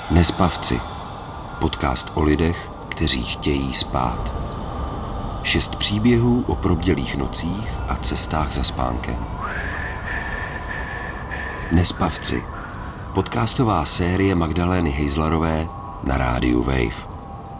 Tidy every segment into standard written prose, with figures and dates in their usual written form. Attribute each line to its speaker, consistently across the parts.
Speaker 1: Nespavci. Podcast o lidech, kteří chtějí spát. 6 příběhů o probdělých nocích a cestách za spánkem. Nespavci. Podcastová série Magdalény Hejzlarové na rádiu Wave.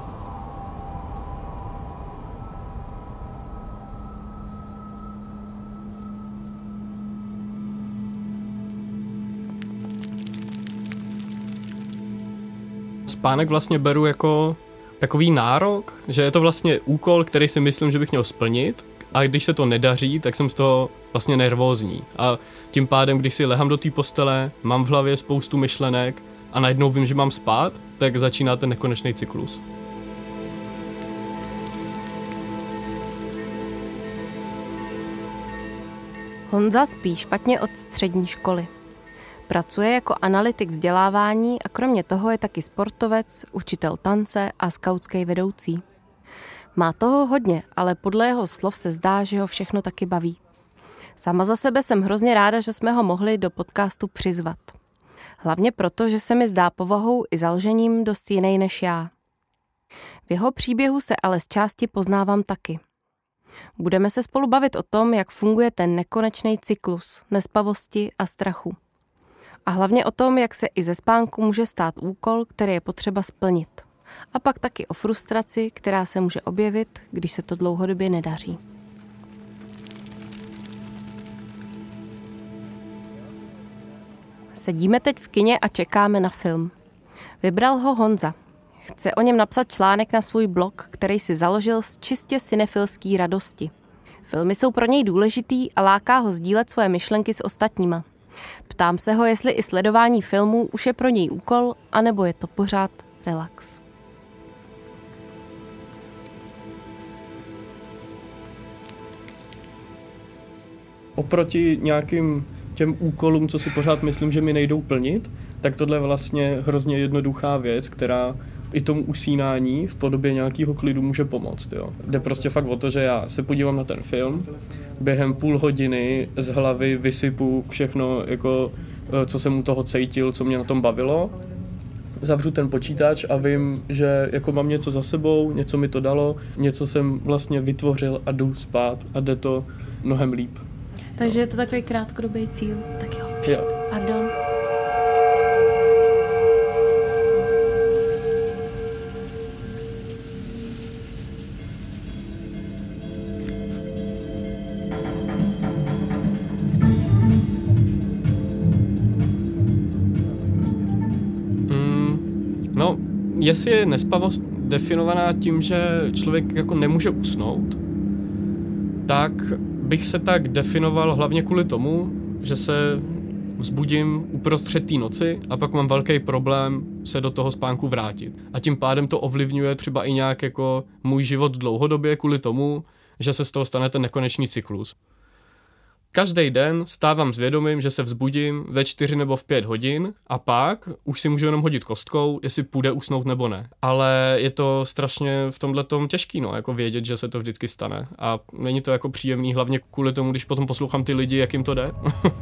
Speaker 2: Spánek vlastně beru jako takový nárok, že je to vlastně úkol, který si myslím, že bych měl splnit, a když se to nedaří, tak jsem z toho vlastně nervózní. A tím pádem, když si lehám do té postele, mám v hlavě spoustu myšlenek a najednou vím, že mám spát, tak začíná ten nekonečný cyklus.
Speaker 3: Honza spí špatně od střední školy. Pracuje jako analytik vzdělávání a kromě toho je taky sportovec, učitel tance a skautský vedoucí. Má toho hodně, ale podle jeho slov se zdá, že ho všechno taky baví. Sama za sebe jsem hrozně ráda, že jsme ho mohli do podcastu přizvat. Hlavně proto, že se mi zdá povahou i založením dost jiný než já. V jeho příběhu se ale z části poznávám taky. Budeme se spolu bavit o tom, jak funguje ten nekonečný cyklus nespavosti a strachu. A hlavně o tom, jak se i ze spánku může stát úkol, který je potřeba splnit. A pak taky o frustraci, která se může objevit, když se to dlouhodobě nedaří. Sedíme teď v kině a čekáme na film. Vybral ho Honza. Chce o něm napsat článek na svůj blog, který si založil z čistě cinefilský radosti. Filmy jsou pro něj důležitý a láká ho sdílet svoje myšlenky s ostatníma. Ptám se ho, jestli i sledování filmů už je pro něj úkol, anebo je to pořád relax.
Speaker 2: Oproti nějakým těm úkolům, co si pořád myslím, že mi nejdou plnit, tak tohle je vlastně hrozně jednoduchá věc, která i tomu usínání v podobě nějakého klidu může pomoct. Jo. Jde prostě fakt o to, že já se podívám na ten film, během půl hodiny z hlavy vysypu všechno, jako, co jsem u toho cítil, co mě na tom bavilo. Zavřu ten počítač a vím, že jako mám něco za sebou, něco mi to dalo, něco jsem vlastně vytvořil a jdu spát a jde to mnohem líp.
Speaker 3: Takže je to takový krátkodobý cíl. Tak jo. Pardon.
Speaker 2: Jestli je nespavost definovaná tím, že člověk jako nemůže usnout, tak bych se tak definoval hlavně kvůli tomu, že se vzbudím uprostřed té noci a pak mám velký problém se do toho spánku vrátit. A tím pádem to ovlivňuje třeba i nějak jako můj život dlouhodobě kvůli tomu, že se z toho stane ten nekonečný cyklus. Každý den stávám s vědomím, že se vzbudím ve 4 nebo v 5 hodin a pak už si můžu jenom hodit kostkou, jestli půjde usnout nebo ne. Ale je to strašně v tomhletom těžký, jako vědět, že se to vždycky stane. A není to jako příjemný, hlavně kvůli tomu, když potom poslouchám ty lidi, jak jim to jde.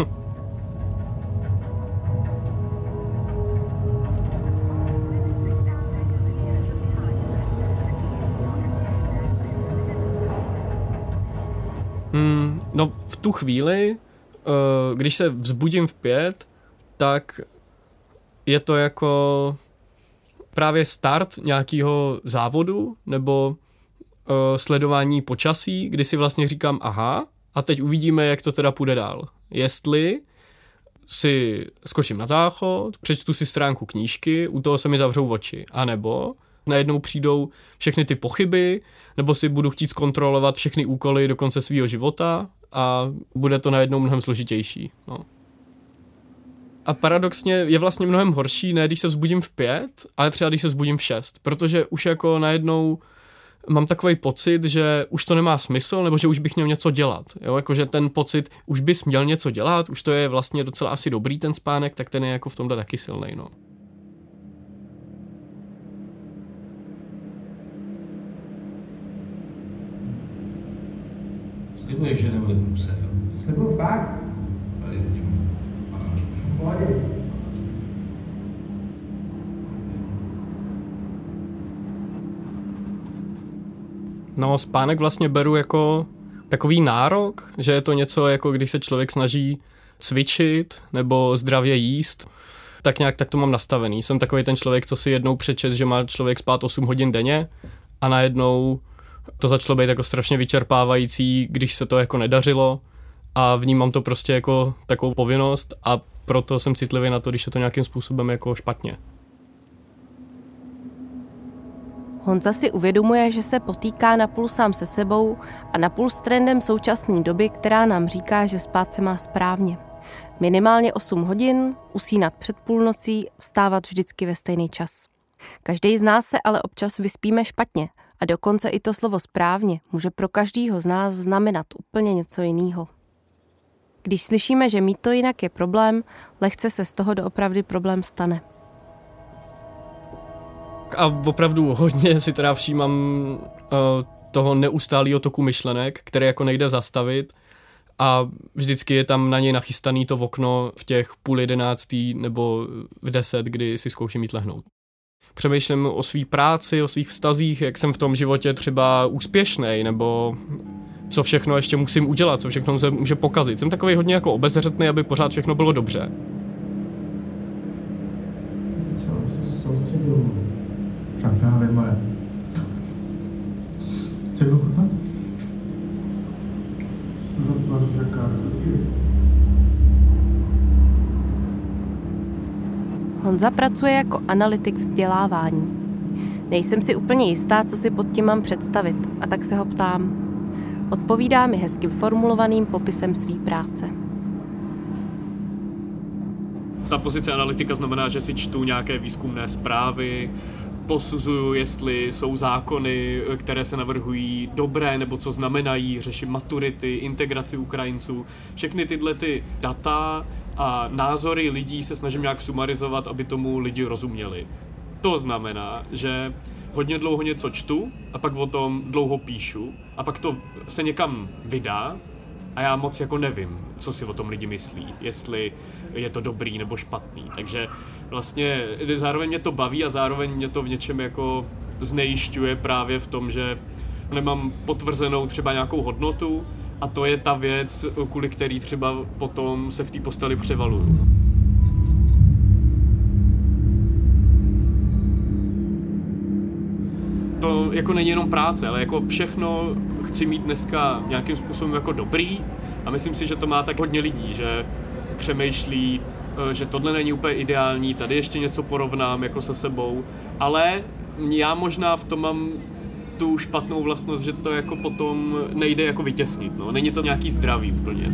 Speaker 2: V tu chvíli, když se vzbudím v 5, tak je to jako právě start nějakého závodu nebo sledování počasí, kdy si vlastně říkám aha, a teď uvidíme, jak to teda půjde dál. Jestli si skočím na záchod, přečtu si stránku knížky, u toho se mi zavřou oči, anebo najednou přijdou všechny ty pochyby, nebo si budu chtít zkontrolovat všechny úkoly do konce svého života a bude to najednou mnohem složitější. No. A paradoxně je vlastně mnohem horší, ne když se vzbudím v 5, ale třeba když se vzbudím v 6, protože už jako najednou mám takový pocit, že už to nemá smysl, nebo že už bych měl něco dělat. Jo? Jakože ten pocit, už bys měl něco dělat, už to je vlastně docela asi dobrý ten spánek, tak ten je jako v tomhle taky silnej. No.
Speaker 4: Slibuješ, že nebude průser, jo?
Speaker 5: Slibuju fakt.
Speaker 4: Tady s tím.
Speaker 5: V pohodě.
Speaker 2: No, spánek vlastně beru jako takový nárok, že je to něco, jako když se člověk snaží cvičit nebo zdravě jíst, tak nějak tak to mám nastavený. Jsem takový ten člověk, co si jednou přečet, že má člověk spát 8 hodin denně a najednou to začalo být jako strašně vyčerpávající, když se to jako nedařilo a vnímám to prostě jako takovou povinnost a proto jsem citlivý na to, když je to nějakým způsobem jako špatně.
Speaker 3: Honza si uvědomuje, že se potýká napůl sám se sebou a napůl s trendem současné doby, která nám říká, že spát se má správně. Minimálně 8 hodin, usínat před půlnocí, vstávat vždycky ve stejný čas. Každý z nás se ale občas vyspíme špatně a dokonce i to slovo správně může pro každýho z nás znamenat úplně něco jiného. Když slyšíme, že mít to jinak je problém, lehce se z toho doopravdy problém stane.
Speaker 2: A opravdu hodně si teda všímám toho neustálého toku myšlenek, který jako nejde zastavit a vždycky je tam na něj nachystaný to okno v těch 10:30 nebo v 10, kdy si zkouším jít lehnout. Přemýšlím o své práci, o svých vztazích, jak jsem v tom životě třeba úspěšnej, nebo co všechno ještě musím udělat, co všechno se může pokazit. Jsem takový hodně jako obezřetný, aby pořád všechno bylo dobře.
Speaker 4: Třeba se soustředil. Právě moje. Co zase čeká?
Speaker 3: Honza pracuje jako analytik vzdělávání. Nejsem si úplně jistá, co si pod tím mám představit, a tak se ho ptám. Odpovídá mi hezky formulovaným popisem své práce.
Speaker 2: Ta pozice analytika znamená, že si čtu nějaké výzkumné zprávy, posuzuju, jestli jsou zákony, které se navrhují, dobré, nebo co znamenají, řeším maturity, integraci Ukrajinců. Všechny tyhle ty data a názory lidí se snažím nějak sumarizovat, aby tomu lidi rozuměli. To znamená, že hodně dlouho něco čtu a pak o tom dlouho píšu a pak to se někam vydá a já moc jako nevím, co si o tom lidi myslí, jestli je to dobrý nebo špatný. Takže vlastně zároveň mě to baví a zároveň mě to v něčem jako znejišťuje právě v tom, že nemám potvrzenou třeba nějakou hodnotu a to je ta věc, kvůli který třeba potom se v té posteli převaluju. To jako není jenom práce, ale jako všechno chci mít dneska nějakým způsobem jako dobrý a myslím si, že to má tak hodně lidí, že přemýšlí, že tohle není úplně ideální, tady ještě něco porovnám jako se sebou, ale já možná v tom mám tu špatnou vlastnost, že to jako potom nejde jako vytěsnit, no. Není to nějaký zdravý úplně.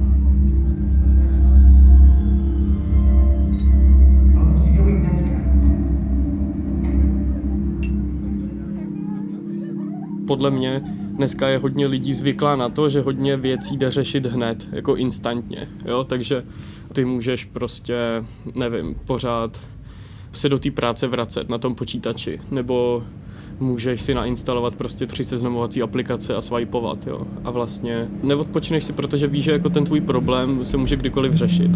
Speaker 2: Podle mě dneska je hodně lidí zvyklá na to, že hodně věcí jde řešit hned, jako instantně, jo, takže ty můžeš prostě, nevím, pořád se do té práce vracet na tom počítači, nebo můžeš si nainstalovat prostě 3 seznamovací aplikace a swipeovat, jo, a vlastně neodpočneš si, protože víš, že jako ten tvůj problém se může kdykoliv řešit.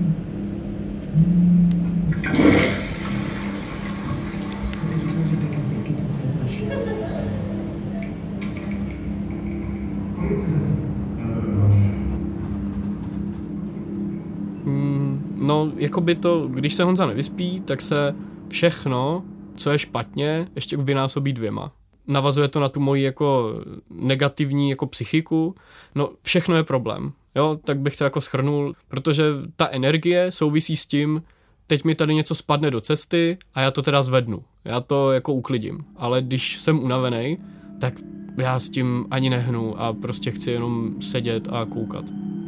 Speaker 2: No, jakoby to, když se Honza nevyspí, tak se všechno, co je špatně, ještě vynásobí 2. Navazuje to na tu moji jako negativní jako psychiku. No, všechno je problém, jo, tak bych to jako shrnul, protože ta energie souvisí s tím, teď mi tady něco spadne do cesty a já to teda zvednu, já to jako uklidím, ale když jsem unavený, tak já s tím ani nehnu a prostě chci jenom sedět a koukat.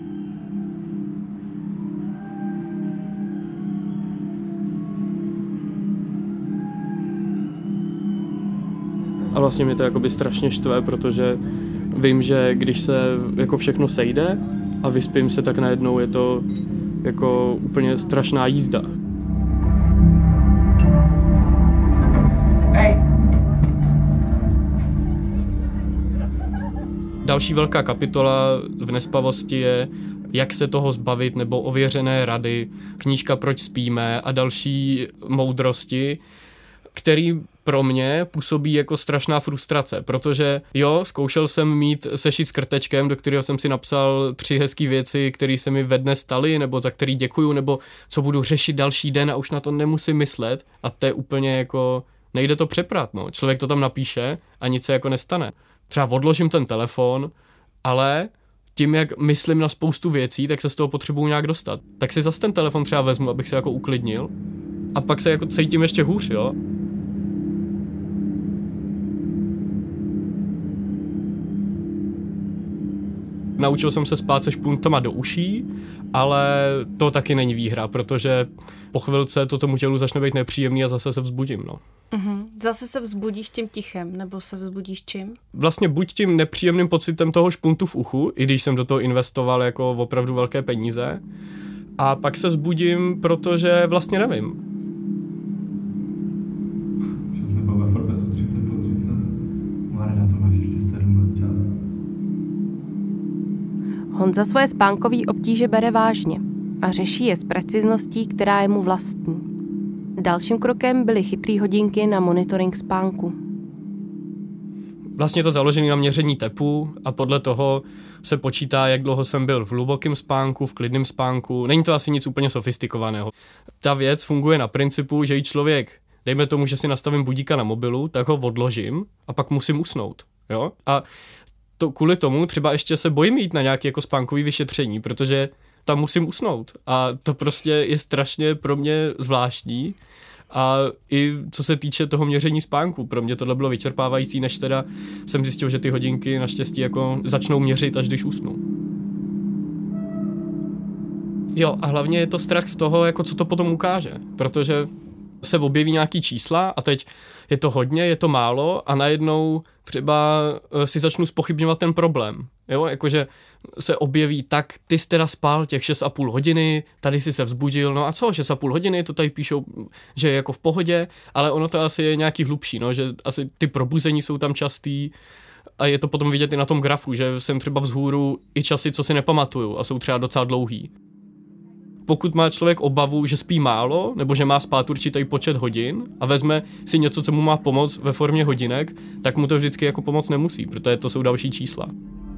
Speaker 2: A vlastně mě to jakoby strašně štve, protože vím, že když se jako všechno sejde a vyspím se, tak najednou je to jako úplně strašná jízda. Hey. Další velká kapitola v nespavosti je, jak se toho zbavit, nebo ověřené rady, knížka Proč spíme a další moudrosti, který pro mě působí jako strašná frustrace, protože jo, zkoušel jsem mít sešit s krtečkem, do kterého jsem si napsal 3 hezký věci, které se mi ve dne staly, nebo za který děkuju, nebo co budu řešit další den a už na to nemusím myslet a to je úplně jako, nejde to přeprat, no. Člověk to tam napíše a nic se jako nestane. Třeba odložím ten telefon, ale tím, jak myslím na spoustu věcí, tak se z toho potřebuju nějak dostat. Tak si zas ten telefon třeba vezmu, abych se jako uklidnil a pak se jako cítím ještě hůř, jo. Naučil jsem se spát se špuntama do uší, ale to taky není výhra, protože po chvilce to tomu tělu začne být nepříjemný a zase se vzbudím, no.
Speaker 5: Zase se vzbudíš tím tichem, nebo se vzbudíš čím?
Speaker 2: Vlastně buď tím nepříjemným pocitem toho špuntu v uchu, i když jsem do toho investoval jako opravdu velké peníze, a pak se vzbudím, protože vlastně nevím.
Speaker 4: Že jsme byl ve Forbesu 30+30, Marina, to máš ještě 7 let čas.
Speaker 3: Honza svoje spánkové obtíže bere vážně a řeší je s precizností, která je mu vlastní. Dalším krokem byly chytrý hodinky na monitoring spánku.
Speaker 2: Vlastně je to založené na měření tepu a podle toho se počítá, jak dlouho jsem byl v hlubokém spánku, v klidném spánku. Není to asi nic úplně sofistikovaného. Ta věc funguje na principu, že i člověk, dejme tomu, že si nastavím budíka na mobilu, tak ho odložím a pak musím usnout. Jo? A to kvůli tomu třeba ještě se bojím jít na nějaké jako spánkový vyšetření, protože tam musím usnout. A to prostě je strašně pro mě zvláštní. A i co se týče toho měření spánku, pro mě tohle bylo vyčerpávající, než teda jsem zjistil, že ty hodinky naštěstí jako začnou měřit, až když usnu. Jo, a hlavně je to strach z toho, jako co to potom ukáže, protože se objeví nějaký čísla a teď je to hodně, je to málo a najednou třeba si začnu zpochybňovat ten problém. Jo, jakože se objeví, tak ty jsi teda spal těch 6,5 hodiny, tady si se vzbudil, no a co, 6,5 hodiny, to tady píšou, že je jako v pohodě, ale ono to asi je nějaký hlubší, no, že asi ty probuzení jsou tam častý a je to potom vidět i na tom grafu, že jsem třeba vzhůru i časy, co si nepamatuju a jsou třeba docela dlouhý. Pokud má člověk obavu, že spí málo, nebo že má spát určitý počet hodin a vezme si něco, co mu má pomoct ve formě hodinek, tak mu to vždycky jako pomoct nemusí, protože to jsou další čísla.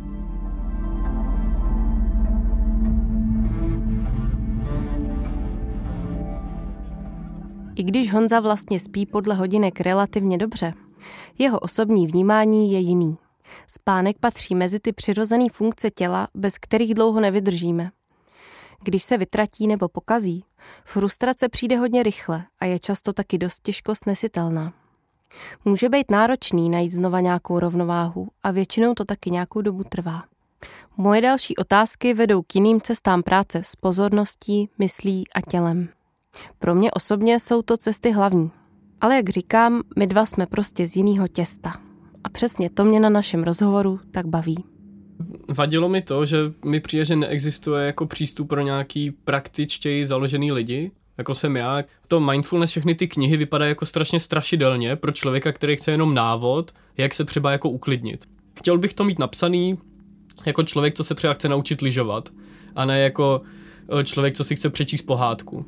Speaker 3: I když Honza vlastně spí podle hodinek relativně dobře, jeho osobní vnímání je jiný. Spánek patří mezi ty přirozené funkce těla, bez kterých dlouho nevydržíme. Když se vytratí nebo pokazí, frustrace přijde hodně rychle a je často taky dost těžko snesitelná. Může být náročný najít znova nějakou rovnováhu a většinou to taky nějakou dobu trvá. Moje další otázky vedou k jiným cestám práce s pozorností, myslí a tělem. Pro mě osobně jsou to cesty hlavní. Ale jak říkám, my dva jsme prostě z jiného těsta. A přesně to mě na našem rozhovoru tak baví.
Speaker 2: Vadilo mi to, že mi přijde, že neexistuje jako přístup pro nějaký praktičtěji založený lidi, jako jsem já. To mindfulness, všechny ty knihy vypadají jako strašně strašidelně pro člověka, který chce jenom návod, jak se třeba jako uklidnit. Chtěl bych to mít napsaný jako člověk, co se třeba chce naučit lyžovat, a ne jako člověk, co si chce přečíst pohádku.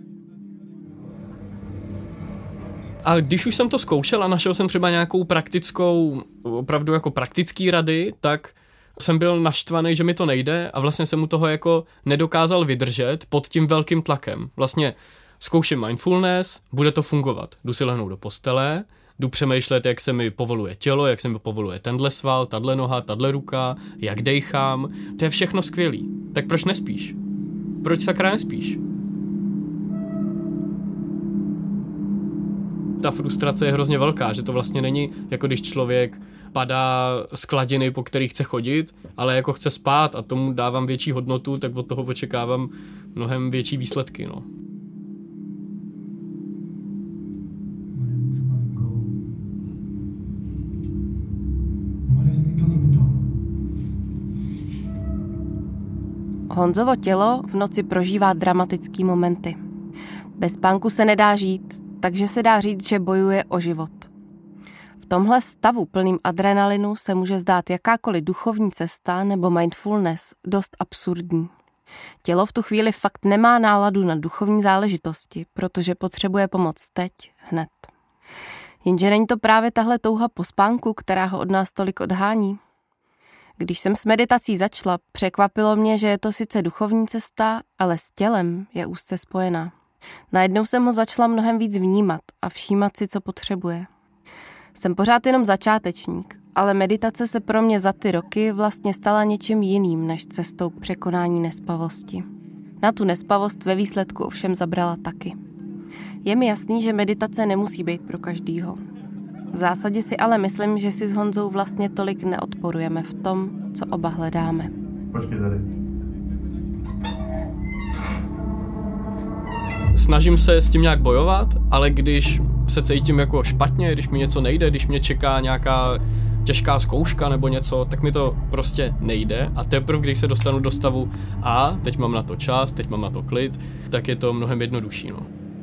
Speaker 2: A když už jsem to zkoušel a našel jsem třeba nějakou praktickou, opravdu jako praktický rady, tak jsem byl naštvaný, že mi to nejde a vlastně jsem u toho jako nedokázal vydržet pod tím velkým tlakem. Vlastně zkouším mindfulness, bude to fungovat. Jdu si lehnout do postele, jdu přemýšlet, jak se mi povoluje tělo, jak se mi povoluje tenhle sval, tahle noha, tahle ruka, jak dejchám. To je všechno skvělý. Tak proč nespíš? Proč sakra nespíš? Ta frustrace je hrozně velká, že to vlastně není jako když člověk padá z kladiny, po který chce chodit, ale jako chce spát a tomu dávám větší hodnotu, tak od toho očekávám mnohem větší výsledky, no.
Speaker 3: Honzovo tělo v noci prožívá dramatický momenty. Bez spánku se nedá žít, takže se dá říct, že bojuje o život. V tomhle stavu plným adrenalinu se může zdát jakákoliv duchovní cesta nebo mindfulness dost absurdní. Tělo v tu chvíli fakt nemá náladu na duchovní záležitosti, protože potřebuje pomoc teď, hned. Jenže není to právě tahle touha po spánku, která ho od nás tolik odhání. Když jsem s meditací začala, překvapilo mě, že je to sice duchovní cesta, ale s tělem je úzce spojená. Najednou jsem ho začala mnohem víc vnímat a všímat si, co potřebuje. Jsem pořád jenom začátečník, ale meditace se pro mě za ty roky vlastně stala něčím jiným než cestou k překonání nespavosti. Na tu nespavost ve výsledku ovšem zabrala taky. Je mi jasný, že meditace nemusí být pro každýho. V zásadě si ale myslím, že si s Honzou vlastně tolik neodporujeme v tom, co oba hledáme.
Speaker 4: Počkej tady.
Speaker 2: Snažím se s tím nějak bojovat, ale když se cítím jako špatně, když mi něco nejde, když mě čeká nějaká těžká zkouška nebo něco, tak mi to prostě nejde a teprve, když se dostanu do stavu a teď mám na to čas, teď mám na to klid, tak je to mnohem jednodušší. No.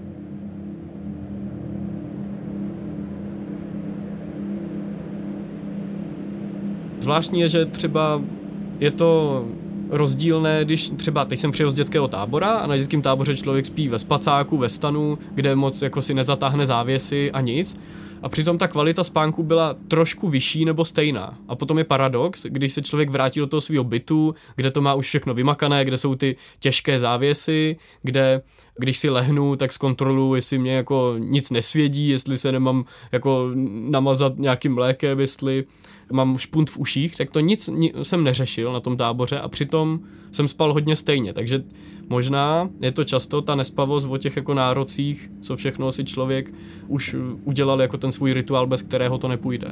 Speaker 2: Zvláštní je, že třeba je to rozdílné, když třeba teď jsem přijel z dětského tábora a na dětském táboře člověk spí ve spacáku, ve stanu, kde moc jako si nezatáhne závěsy a nic. A přitom ta kvalita spánku byla trošku vyšší nebo stejná. A potom je paradox, když se člověk vrátí do toho svého bytu, kde to má už všechno vymakané, kde jsou ty těžké závěsy, kde když si lehnu, tak zkontroluji, jestli mě jako nic nesvědí, jestli se nemám jako namazat nějakým mlékem, jestli mám špunt v uších, tak to nic jsem neřešil na tom táboře a přitom jsem spal hodně stejně, takže možná je to často ta nespavost o těch jako nárocích, co všechno si člověk už udělal jako ten svůj rituál, bez kterého to nepůjde.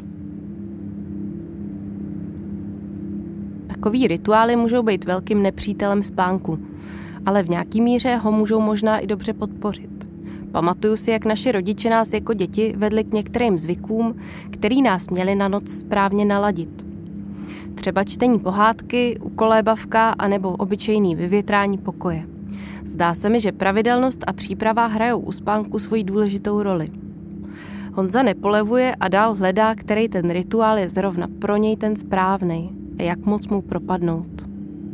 Speaker 3: Takový rituály můžou být velkým nepřítelem spánku, ale v nějaký míře ho můžou možná i dobře podpořit. Pamatuju si, jak naši rodiče nás jako děti vedli k některým zvykům, který nás měli na noc správně naladit. Třeba čtení pohádky, ukolébavka anebo obyčejný vyvětrání pokoje. Zdá se mi, že pravidelnost a příprava hrajou u spánku svoji důležitou roli. Honza nepolevuje a dál hledá, který ten rituál je zrovna pro něj ten správnej a jak moc mu propadnout.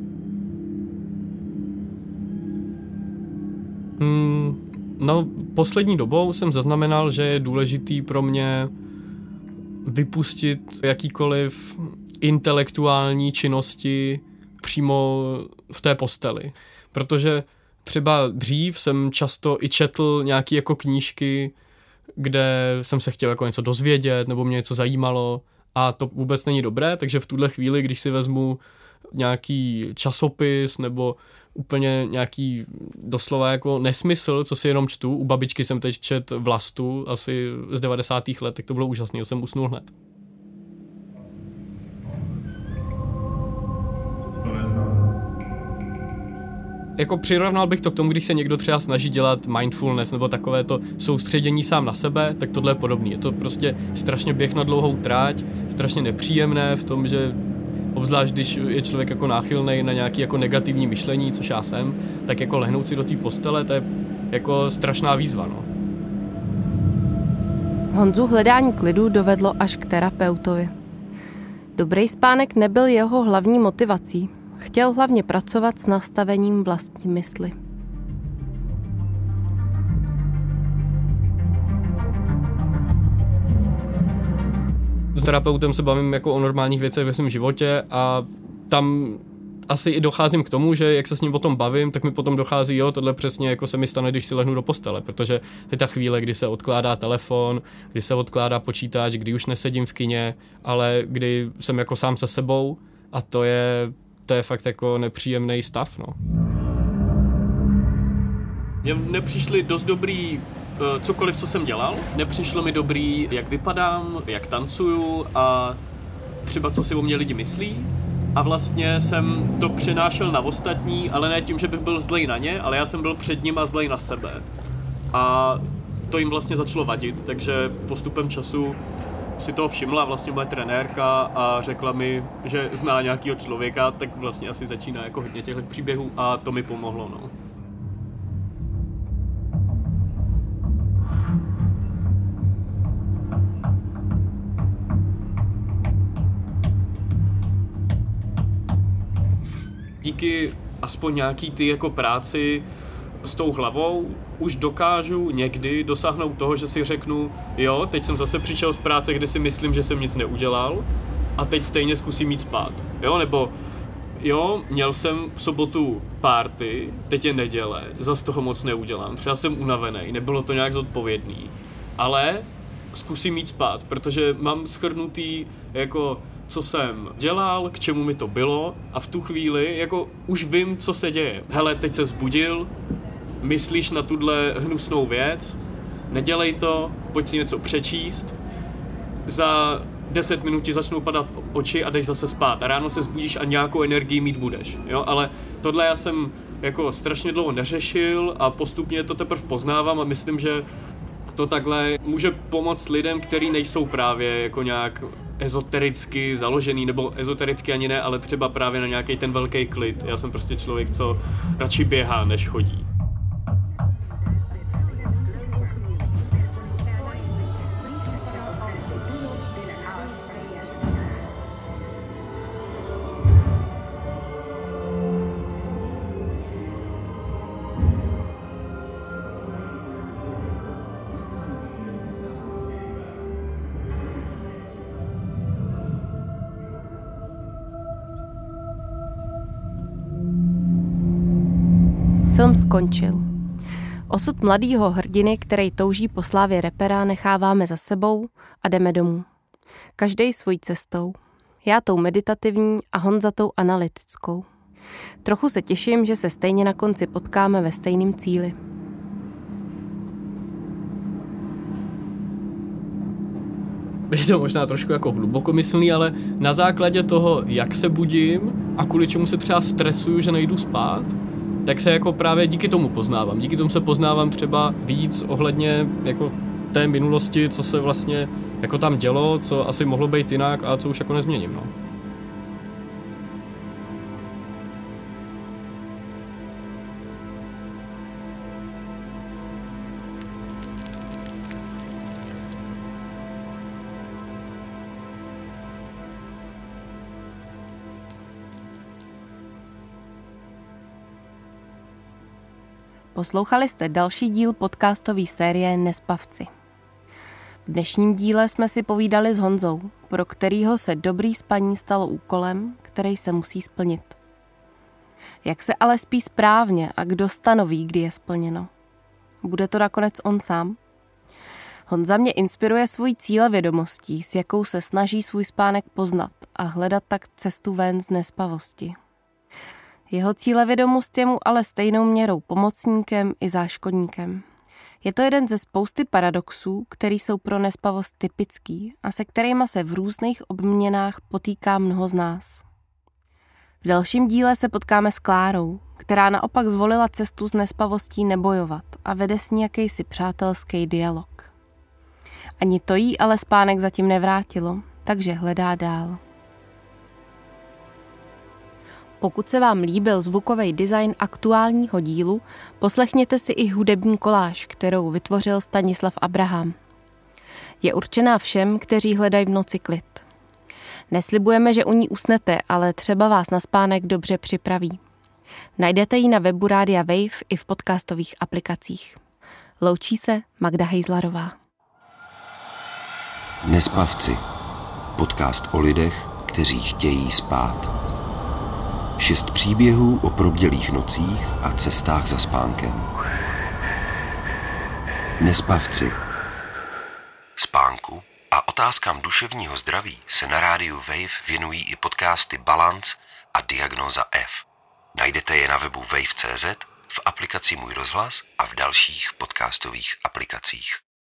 Speaker 2: No, poslední dobou jsem zaznamenal, že je důležitý pro mě vypustit jakýkoliv intelektuální činnosti přímo v té posteli. Protože třeba dřív jsem často i četl nějaké jako knížky, kde jsem se chtěl jako něco dozvědět nebo mě něco zajímalo a to vůbec není dobré, takže v tuhle chvíli, když si vezmu nějaký časopis nebo úplně nějaký doslova jako nesmysl, co si jenom čtu. U babičky jsem teď čet Vlastu asi z 90. let, tak to bylo úžasné, jsem usnul hned.
Speaker 4: To neznám.
Speaker 2: Jako přirovnal bych to k tomu, když se někdo třeba snaží dělat mindfulness nebo takové to soustředění sám na sebe, tak tohle je podobný. Je to prostě strašně běh na dlouhou tráť, strašně nepříjemné v tom, že obzvlášť, když je člověk jako náchylnej na nějaké jako negativní myšlení, což já jsem, tak jako lehnout si do té postele, to je jako strašná výzva, no.
Speaker 3: Honzu hledání klidu dovedlo až k terapeutovi. Dobrý spánek nebyl jeho hlavní motivací. Chtěl hlavně pracovat s nastavením vlastní mysli.
Speaker 2: S terapeutem se bavím jako o normálních věcech ve svém životě a tam asi i docházím k tomu, že jak se s ním o tom bavím, tak mi potom dochází, jo, tohle přesně jako se mi stane, když si lehnu do postele, protože je ta chvíle, kdy se odkládá telefon, kdy se odkládá počítač, kdy už nesedím v kině, ale kdy jsem jako sám se sebou a to je fakt jako nepříjemný stav, no. Mně nepřišli dost dobrý cokoliv, co jsem dělal. Nepřišlo mi dobrý, jak vypadám, jak tancuju a třeba co si o mě lidi myslí. A vlastně jsem to přenášel na ostatní, ale ne tím, že bych byl zlej na ně, ale já jsem byl před nima zlej na sebe. A to jim vlastně začalo vadit, takže postupem času si toho všimla vlastně moje trenérka a řekla mi, že zná nějakého člověka, tak vlastně asi začíná jako hodně těchto příběhů a to mi pomohlo, no. Díky aspoň nějaký ty jako práci s tou hlavou už dokážu někdy dosáhnout toho, že si řeknu, jo, teď jsem zase přišel z práce, kde si myslím, že jsem nic neudělal a teď stejně zkusím jít spát, jo, nebo jo, měl jsem v sobotu party, teď je neděle, zas toho moc neudělám, třeba jsem unavený, nebylo to nějak zodpovědný, ale zkusím jít spát, protože mám shrnutý, jako co jsem dělal, k čemu mi to bylo a v tu chvíli, jako už vím, co se děje. Hele, teď se vzbudil, myslíš na tuhle hnusnou věc, nedělej to, pojď si něco přečíst, za 10 minut ti začnou padat oči a jdeš zase spát a ráno se vzbudíš a nějakou energii mít budeš, jo, ale tohle já jsem jako strašně dlouho neřešil a postupně to teprve poznávám a myslím, že to takhle může pomoct lidem, kteří nejsou právě jako nějak ezotericky založený, nebo ezotericky ani ne, ale třeba právě na nějaký ten velký klid. Já jsem prostě člověk, co radši běhá, než chodí.
Speaker 3: Film skončil. Osud mladýho hrdiny, který touží po slávě rapera, necháváme za sebou a jdeme domů. Každej svojí cestou. Já tou meditativní a Honza tou analytickou. Trochu se těším, že se stejně na konci potkáme ve stejném cíli.
Speaker 2: Je to možná trošku jako hlubokomyslný, ale na základě toho, jak se budím a kvůli čemu se třeba stresuju, že nejdu spát, tak se jako právě díky tomu poznávám. Díky tomu se poznávám třeba víc ohledně jako té minulosti, co se vlastně jako tam dělo, co asi mohlo být jinak a co už jako nezměním, no.
Speaker 3: Poslouchali jste další díl podcastové série Nespavci. V dnešním díle jsme si povídali s Honzou, pro kterýho se dobrý spaní stalo úkolem, který se musí splnit. Jak se ale spí správně a kdo stanoví, kdy je splněno? Bude to nakonec on sám? Honza mě inspiruje svojí cílevědomostí, s jakou se snaží svůj spánek poznat a hledat tak cestu ven z nespavosti. Jeho cílevědomost je mu ale stejnou měrou pomocníkem i záškodníkem. Je to jeden ze spousty paradoxů, který jsou pro nespavost typický a se kterýma se v různých obměnách potýká mnoho z nás. V dalším díle se potkáme s Klárou, která naopak zvolila cestu s nespavostí nebojovat a vede s ní jakýsi přátelský dialog. Ani to jí ale spánek zatím nevrátilo, takže hledá dál. Pokud se vám líbil zvukový design aktuálního dílu, poslechněte si i hudební koláž, kterou vytvořil Stanislav Abraham. Je určená všem, kteří hledají v noci klid. Neslibujeme, že u ní usnete, ale třeba vás na spánek dobře připraví. Najdete ji na webu Rádia Wave i v podcastových aplikacích. Loučí se Magda Hejzlarová.
Speaker 1: Nespavci. Podcast o lidech, kteří chtějí spát. 6 příběhů o probdělých nocích a cestách za spánkem. Nespavci. Spánku a otázkám duševního zdraví se na rádiu Wave věnují i podcasty Balance a Diagnóza F. Najdete je na webu wave.cz, v aplikaci Můj rozhlas a v dalších podcastových aplikacích.